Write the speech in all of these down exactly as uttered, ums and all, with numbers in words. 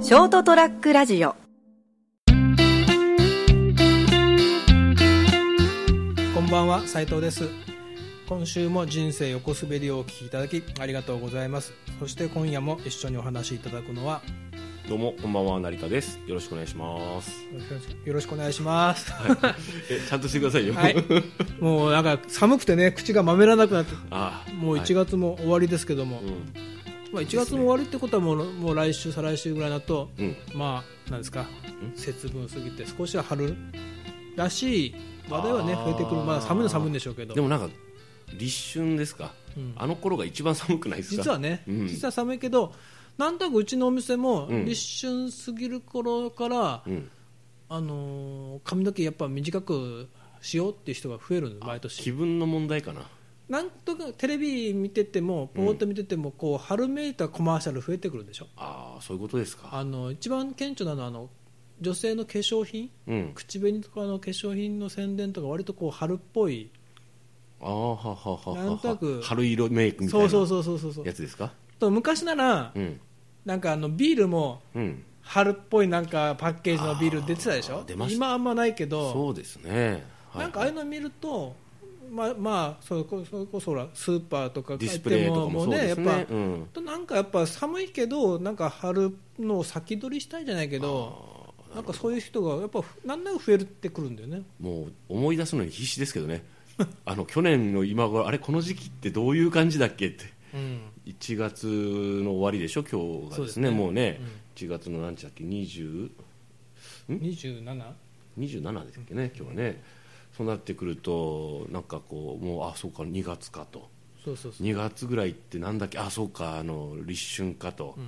ショートトラックラジオ。 こんばんは、斉藤です。今週も人生横滑りをお聞きいただきありがとうございます。そして今夜も一緒にお話しいただくのは、 どうもこんばんは、成田です。よろしくお願いします。 よろしくお願いします、はい、 えちゃんとしてくださいよ、 はい、もうなんか寒くてね、口がまめらなくなって、 ああもういちがつも終わりですけども、 はい、うん、 まあ、いちがつも終わりってことはもう、もう来週再来週ぐらいだと、 うん、 まあなんですか、節分過ぎて少しは春らしい話題はね増えてくる。まだ寒いの寒いんでしょうけど、 でもなんか立春ですか、うん、あの頃が一番寒くないですか。 実はね、うん、実は寒いけど、なんとなくうちのお店も立春過ぎる頃から、うん、あのー、髪の毛やっぱ短くしようっていう人が増えるの、毎年。 気分の問題かな。 なんとかテレビ見ててもポーッと見てても、こう春めいたコマーシャル増えてくるでしょ。 ああ、そういうことですか。 あの一番顕著なのはあの女性の化粧品、うん、口紅とかの化粧品の宣伝とか割とこう春っぽい、 あーははははなんとなく春色メイクみたいなやつですか。 と昔なら、うん、なんかあのビールも春っぽいなんかパッケージのビール出てたでしょ。今あんまないけど。 そうですね、はいはい、 なんかああいうの見ると、まあまあ、それこそこそらスーパーとかディスプレイとかもそうですね、 やっぱ、うん、なんかやっぱ寒いけどなんか春の先取りしたいじゃないけど、なんかそういう人がやっぱ何年増えてくるんだよね。 もう思い出すのに必死ですけどねあの去年の今頃、あれこの時期ってどういう感じだっけって、うん、いちがつの終わりでしょ今日がですね。もうね、うん、いちがつの何日だっけ、にじゅう、ん にじゅうなな? にじゅうななですっけね、今日はね。そうなってくるとなんかこう、もうあそうかにがつかと、 そうそうそう、 にがつぐらいってなんだっけ、あそうか、あの立春かと、うん、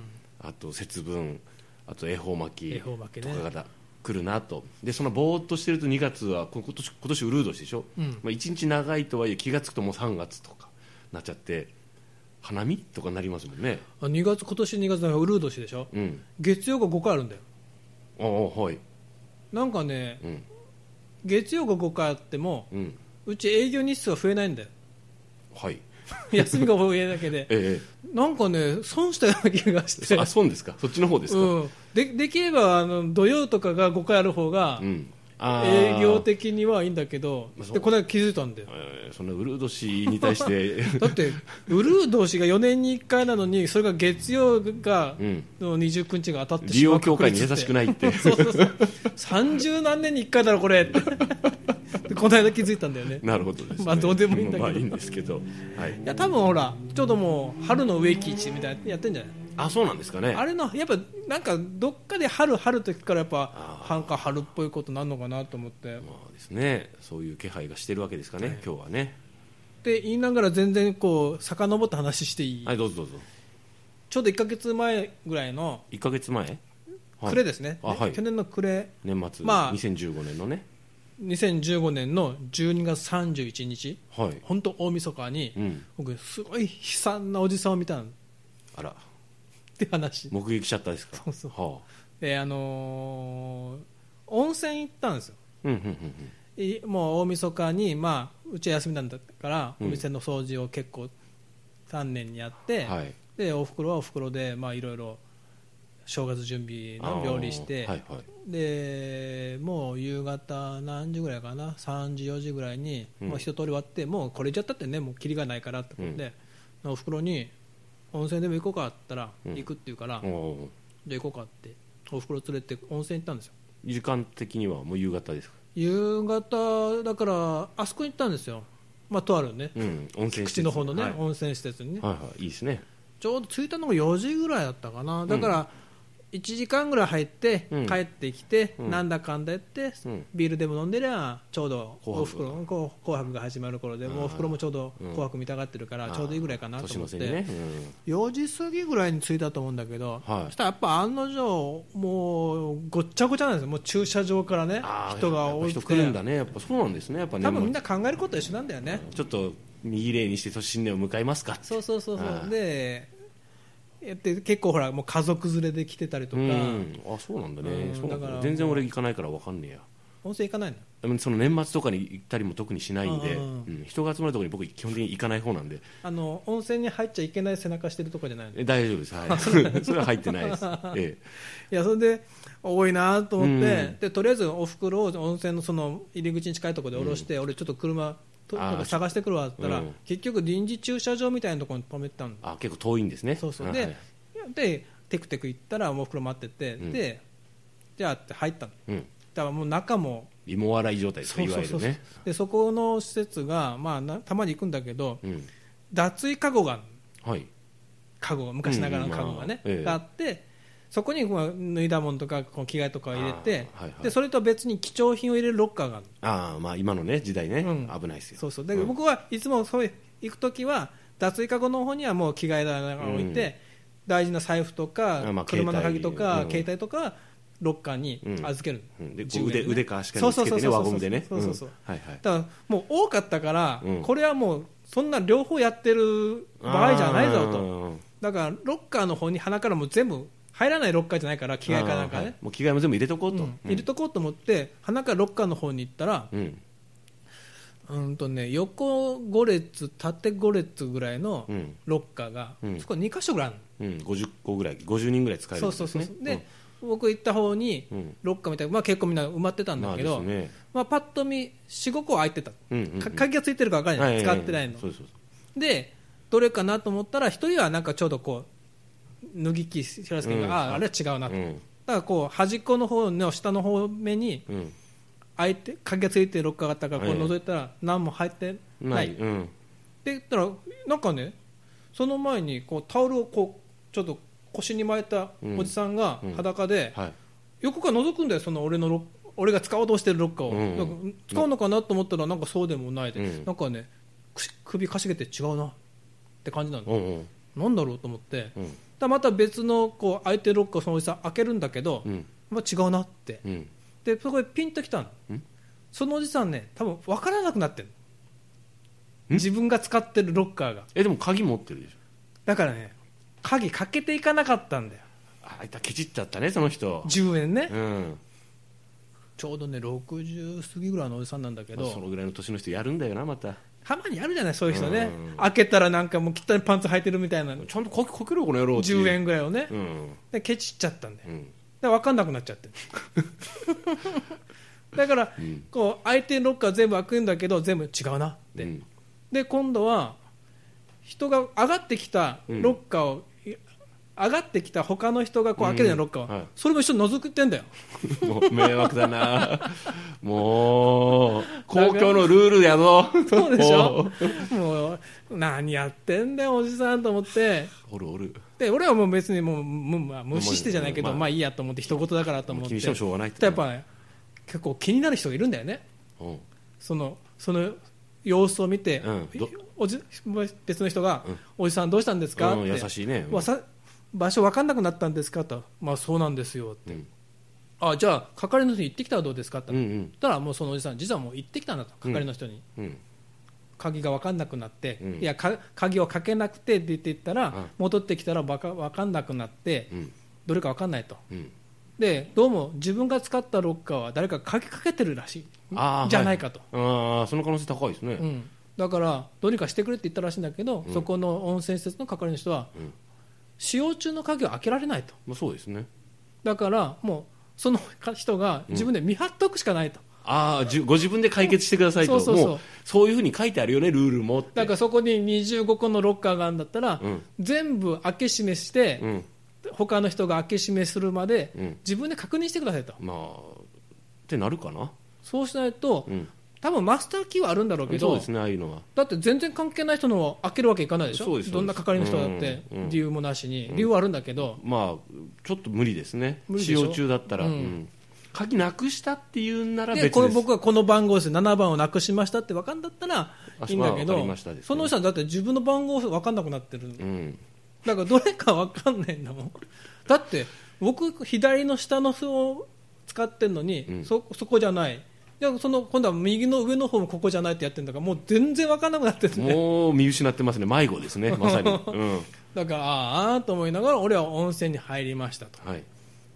あと節分、あと恵方巻きとかが来るなと。でそのぼーっとしてるとにがつは今年、今年ウルー年でしょ、うん、まあ、いちにち長いとはいえ気がつくともうさんがつとかなっちゃって花見とかなりますもんね。 あにがつ、今年にがつはウルー年でしょ、うん、月曜がごかいあるんだよ。 ああ、はい。 なんかね、うん、月曜がごかいあっても、うん、うち営業日数が増えないんだよ。 はい休みが増えるだけで、ええ、なんかね損したような気がして。 あ、損ですか、そっちの方ですか。うん、 で, できればあの土曜とかがごかいある方が、うん、営業的にはいいんだけど、でこの間気づいたんだよ、 えー、そのウルー年に対してだってウルー年がよねんにいっかいなのに、それが月曜が、うん、のにじゅうくにちが当たってしまう。 利用協会に優しくないってそうそうそう、さんじゅうなんねんにいっかいだろこれってこの間気づいたんだよね。 なるほどですね。 まあどうでもいいんだけど、 まあいいんですけど、はい、 いや多分ほらちょうどもう春の植木市みたいなやってんじゃない。 あ、そうなんですかね。 あれのやっぱなんかどっかで春春時からやっぱなんか春っぽいことなるのかなと思って、 まあですね、そういう気配がしてるわけですかね、はい、今日はね。 って言いながら全然こう遡って話していい。 はい、どうぞどうぞ。 ちょうどいっかげつまえぐらいのいっかげつまえ、 暮れですね、 はい、はい、 去年の暮れ、 年末、まあ、にせんじゅうごねんのね、 にせんじゅうごねんのじゅうにがつさんじゅういちにち、はい、本当大晦日に、うん、僕すごい悲惨なおじさんを見たの。 あらって話。 目撃しちゃったですか。 そうそう、 はあ、 であのー、温泉行ったんですよ、うんうんうんうん、もう大晦日に、まあ、うちは休みなんだから、うん、お店の掃除を結構丹念にやって、はい、でおふくろはおふくろで、まあ、いろいろ正月準備の料理して、はいはい、でもう夕方何時ぐらいかな、さんじよじぐらいに、うん、もう一通り終わって、もうこれじゃったってね、もうキリがないからってことで、うん、おふくろに温泉でも行こうかって言ったら、うん、行くって言うから、じゃあ行こうかっておふくろ連れて温泉行ったんですよ。 時間的にはもう夕方ですか。 夕方だからあそこに行ったんですよ、まあ、とあるね、うん、温泉施設、口の方のね、はい、温泉施設にね、 はいはい、いいですね。 ちょうど着いたのがよじぐらいだったかな。だから、うん、いちじかんぐらい入って、うん、帰ってきて、うん、なんだかんだやって、うん、ビールでも飲んでりゃちょうどおふくろの紅白が始まる頃で、もうおふくろもちょうど紅白見たがってるから、ちょうどいいぐらいかなと思って、ね、うん、よじ過ぎぐらいに着いたと思うんだけど、はい、そしたらやっぱ案の定もうごっちゃごちゃなんですよ。もう駐車場からね人が多いって、 人来るんだね。やっぱそうなんですね。やっぱね、 多分みんな考えることは一緒なんだよね。 ちょっと右礼にして新年を迎えますかって。 そうそうそうそう。でやって結構ほらもう家族連れで来てたりとか、うん、 あ、そうなんだね、うん、そうなんだ。全然俺行かないから分かんねえや。 温泉行かないの？その年末とかに行ったりも特にしないんで、うんうん、人が集まるところに僕基本的に行かない方なんで。 あの温泉に入っちゃいけない背中してるとこじゃないの？ え大丈夫です、はい、それは入ってないです、ええ、 いやそれで多いなと思って、うん、でとりあえずお袋を温泉のその入り口に近いところで降ろして、うん、俺ちょっと車と探してくるわって言ったら、うん、結局臨時駐車場みたいなところに止めてたんだ。 あ結構遠いんですね。 そうそうで、はい、でテクテク行ったらお袋待ってて、うん、でじゃあって入ったの、うん、だからもう中も芋洗い状態ですか、いわゆるね。そうそうそうでそこの施設が、まあ、なたまに行くんだけど、うん、脱衣カゴがある、はい、カゴ昔ながらのカゴがね、うんまあええ、があってそこに脱いだものとかこう着替えとかを入れて、はいはい、でそれと別に貴重品を入れるロッカーがある。 あ、まあ、今の、ね、時代ね、うん、危ないですよ。 そうそうで、うん、僕はいつもそう行くときは脱衣カゴの方にはもう着替え棚が置いて、うん、大事な財布とか、まあ、車の鍵とか、うん、携帯とかロッカーに預ける、うん、でこう 腕, 腕か足かにつけてね、輪ゴムでね。だからもう多かったから、うん、これはもうそんな両方やってる場合じゃないぞと。だからロッカーの方に鼻からも全部入らないロッカーじゃないから着替えかなんかね、はい、 もう着替えも全部入れとこうと、うん、 入れとこうと思って鼻からロッカーの方に行ったら、うんうんとね、横ご列縦ご列ぐらいのロッカーが、うん、そこにか所ぐらいある、 うん、ごじゅっこぐらいごじゅうにんぐらい使えるんですね。そうそうそうで、うん、僕行った方にロッカーみたいな、まあ、結構みんな埋まってたんだけど、まあねまあ、パッと見 よん,ご 個空いてた、うんうんうん、鍵がついてるか分からない、はい、使ってないの、はいはいはい、そうそうそうでどれかなと思ったら一人はなんかちょうどこう脱ぎ着しらすけど、うん、あ, あれは違うなと、うん、だからこう端っこの方の下の方目に、うん開いて鍵がついてるロッカーがあったからこう覗いたら何も入ってない、はいうん、で言ったらなんかねその前にこうタオルをこうちょっと腰に巻いたおじさんが裸で、うんうんはい、横から覗くんだよ、その俺のロ俺が使おうとしてるロッカーを、うんうん、使うのかなと思ったらなんかそうでもないで、うん、なんかね首かしげて違うなって感じなんだ、うんうん、なんだろうと思って、うん、だまた別のこう空いてるロッカーをそのおじさん開けるんだけど、うんまあ、違うなって、うんでそこでピンときたの。そのおじさんね多分分からなくなってるの、自分が使ってるロッカーが。 えでも鍵持ってるでしょ。 だからね鍵かけていかなかったんだよ。 あいたケチっちゃったねその人。 じゅうえんね、うん、ちょうどねろくじゅう過ぎぐらいのおじさんなんだけど、 そのぐらいの年の人やるんだよなまた。 たまにあるじゃないそういう人ね、うん、開けたらなんかもう汚いパンツ履いてるみたいな。 ちゃんとかけろこの野郎ってじゅうえんぐらいをね、うん、でケチっちゃったんだよ、うんで分かんなくなっちゃってだから、うん、こう相手のロッカー全部開くんだけど全部違うなって、うん、で今度は人が上がってきたロッカーを、うん、上がってきた他の人がこう開けるようなロッカーを、うんはい、それも一緒に覗くってんだよもう迷惑だなもう公共のルールやぞそうでしょもう何やってんだよおじさんと思って。 おるおるで俺はもう別にもう、まあ、無視してじゃないけど、まあ、まあいいやと思って人事だからと思って気にしてもしょうがないって。やっぱ、ね、結構気になる人がいるんだよね、うん、そのその様子を見て、うん、おじ別の人が、うん、おじさんどうしたんですか、うん、って優しいね、うん、場所分かんなくなったんですかと、まあそうなんですよって、うん、あじゃあ係の人に行ってきたらどうですかって、うんうん、たらもうそのおじさん実はもう行ってきたんだと係の人に、うんうん鍵が分かんなくなって、うん、いや鍵をかけなくてって言ったら、うん、戻ってきたら分か、分かんなくなって、うん、どれか分かんないと、うん、でどうも自分が使ったロッカーは誰か鍵かけてるらしいじゃないかと、 はい、あその可能性高いですね、 うん、だからどうにかしてくれって言ったらしいんだけど、うん、そこの温泉施設の係の人は、うん、使用中の鍵を開けられないと、 まあ、そうですね。 だからもうその人が自分で見張っておくしかないと、うんあご自分で解決してくださいと、そうそうそう、もうそういうふうに書いてあるよねルールもって。 だからそこににじゅうごこのロッカーがあるんだったら、うん、全部開け閉めして、うん、他の人が開け閉めするまで、うん、自分で確認してくださいと、 まあ、ってなるかな。 そうしないと、うん、多分マスターキーはあるんだろうけど、 そうですね、ああいうのはだって全然関係ない人のを開けるわけいかないでしょ。そうですどんな係の人だって理由もなしに、うん、理由はあるんだけど、 まあちょっと無理ですね。使用中だったら、うんうん鍵なくしたっていうんなら別です。 でこれ僕はこの番号ですななばんをなくしましたって分かんだったらいいんだけど、まあね、その人はだって自分の番号分かんなくなってる、うん、だからどれか分かんないんだもんだって僕左の下の方を使ってるのに、うん、そ, そこじゃない、でその今度は右の上の方もここじゃないってやってるんだからもう全然分かんなくなってるね。 もう見失ってますね。迷子ですねまさに、うん、 だからああと思いながら俺は温泉に入りましたと、はい、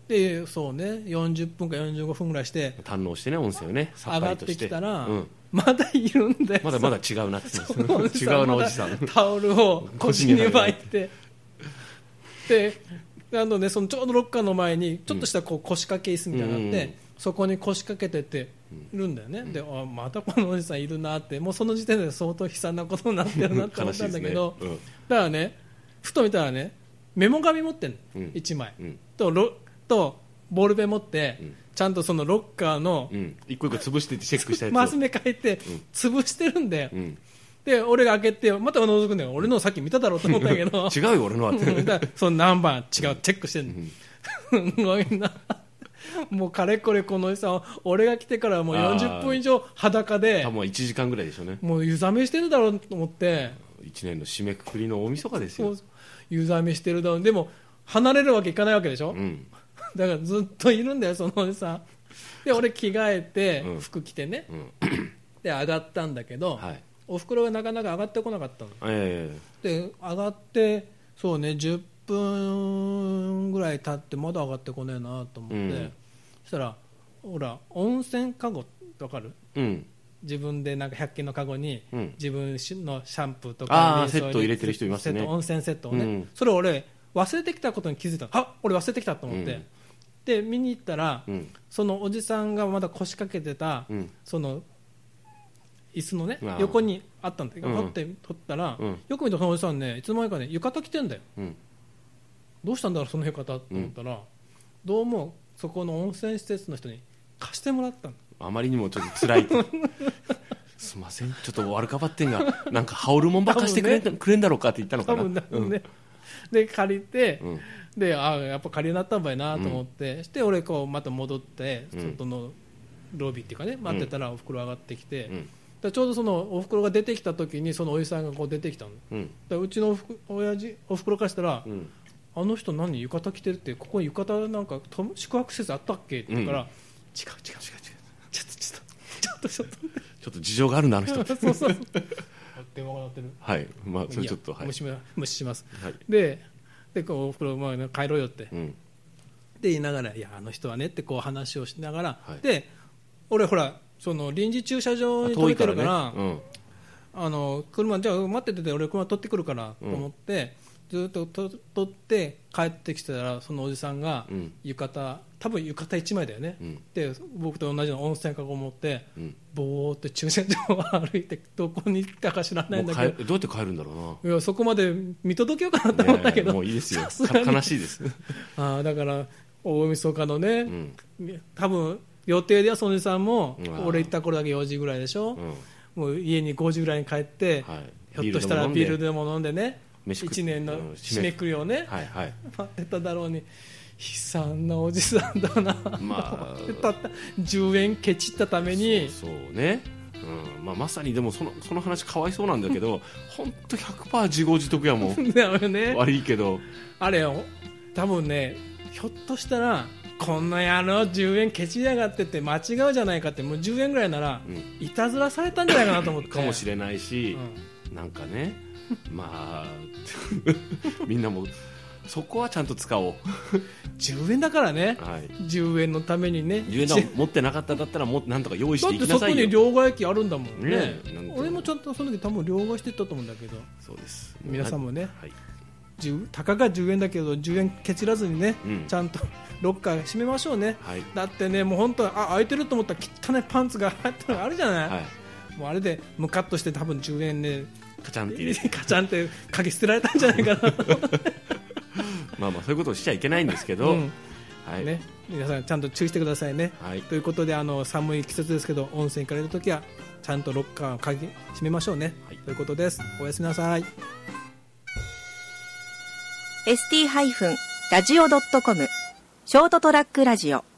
でそうねよんじゅっぷんかよんじゅうごふんぐらいして堪能してね温泉をねさっぱりとして上がってきたら、 うん、 まだいるんだよ。 まだまだ違うなって違うなおじさんタオルを腰に巻いてであの、ね、そのちょうどロッカーの前にちょっとしたこう腰掛け椅子みたいなのがあって、うん、そこに腰掛けてているんだよね、うん、であまたこのおじさんいるなってもうその時点で相当悲惨なことになってるなって思ったんだけど、ねうん、だからねふと見たらねメモ紙持ってんの、うん、いちまい、うん、とロとボールペン持って、うん、ちゃんとそのロッカーの、 うん、一個一個潰してチェックしたやつマス目書いて潰してるんだよ、うん、で俺が開けてまた覗くんだよ、俺のさっき見ただろうと思ったけど違うよ俺のはってだその何番違うチェックしてるの、すごいなもうかれこれこのさ俺が来てからもうよんじゅっぷん以上裸で多分いちじかんぐらいでしょうね。 もう湯冷めしてるだろうと思っていちねんの締めくくりの大晦日ですよ。 湯冷めしてるだろう。でも離れるわけいかないわけでしょ、うん、だからずっといるんだよそのおじさんで俺着替えて服着てね、うん、で上がったんだけど、はい、お袋がなかなか上がってこなかったの、えー、で上がってそうねじゅっぷんぐらい経ってまだ上がってこねえなと思って、うん、そしたらほら温泉カゴってわかる、うん、自分でなんかひゃく均のカゴに、うん、自分のシャンプーとかあセット入れてる人いますね。 温泉セットをね、うん、それを俺忘れてきたことに気づいた。あ俺忘れてきたと思って、うん、で見に行ったら、うん、そのおじさんがまだ腰掛けてた、うん、その椅子のね横にあったんだけど、パッて取ったら、うん、よく見るとそのおじさんねいつの間にかね浴衣着てんだよ、うん、どうしたんだろうその浴衣と思ったら、うん、どうもそこの温泉施設の人に貸してもらったの。 あまりにもちょっと辛いすいませんちょっと悪かばってんがなんか羽織るもんば貸してくれん、ね、くれんだろうかって言ったのかな。多分だもんね、 うん、で借りて、うん、であやっぱ借りになったんばいなと思って、うん、して俺こうまた戻って外のロビーっていうかね待ってたらお袋上がってきて、うんちょうどそのお袋が出てきた時にそのおじさんがこう出てきたの、うん、だうちのおふ親父お袋からしたら、うん、あの人何浴衣着てるってここに浴衣なんか宿泊施設あったっけって言うから、うん、違う違う違う違うちょっとちょっとちょっとちょっとちょっと事情があるなあの人そうそうそう電話が鳴ってるはいまあそれちょっと無視無視します、はい、ででこうお袋、まあ、帰ろうよって、うん、で言いながらいやあの人はねってこう話をしながら、はい、で俺ほらその臨時駐車場に止めてるから、ねうん、あの車じゃあ待っててて俺車取ってくるからと思って、うん、ずっとと取って帰ってきてたらそのおじさんが浴衣、うん、多分浴衣いちまいだよね、うん、で僕と同じの温泉かご持って、うん、ぼーって駐車場を歩いてどこに行ったか知らないんだけどどうやって帰るんだろうな。 いやそこまで見届けようかなと思ったけど、 ね、もういいですよ悲しいですあだから大晦日のね、うん、多分予定ではそのおじさんも俺行った頃だけよじぐらいでしょ、うん、もう家にごじぐらいに帰って、はい、ひょっとしたらビールでも飲んでねいちねんの締めくりをね、はいはい、待ってただろうに悲惨なおじさんだな、まあ、たったじゅうえんケチったためにそうそうね、うんまあ、まさにでもその、その話かわいそうなんだけど本当 ひゃくパーセント 自業自得やもんね、悪いけどあれよ多分ねひょっとしたらこんな野郎じゅうえんケチやがってって間違うじゃないかってもうじゅうえんぐらいなら、うん、いたずらされたんじゃないかなと思ってかもしれないし、うん、なんかねまあみんなもそこはちゃんと使おうじゅうえんだからね、はい、じゅうえんのためにねじゅうえんだ持ってなかっただったらもなんとか用意していきなさいよ。 だってそこに両替機あるんだもんね、ね俺もちゃんとその時多分両替してったと思うんだけどそうです皆さんもね、はいたかがじゅうえんだけどじゅうえんケチらずにね、うん、ちゃんとロッカー閉めましょうね、はい、だってねもう本当あ開いてると思ったら汚いパンツが入ったのがあるじゃない、はい、もうあれでムカッとして多分じゅうえんねカチャンって入れてカチャンってかけ捨てられたんじゃないかなまあまあそういうことをしちゃいけないんですけど、うんはいね、皆さんちゃんと注意してくださいね、はい、ということであの寒い季節ですけど温泉行かれるときはちゃんとロッカーを鍵閉めましょうね、はい、ということです。おやすみなさい。 エスティー ラジオ ドットコム ショートトラックラジオ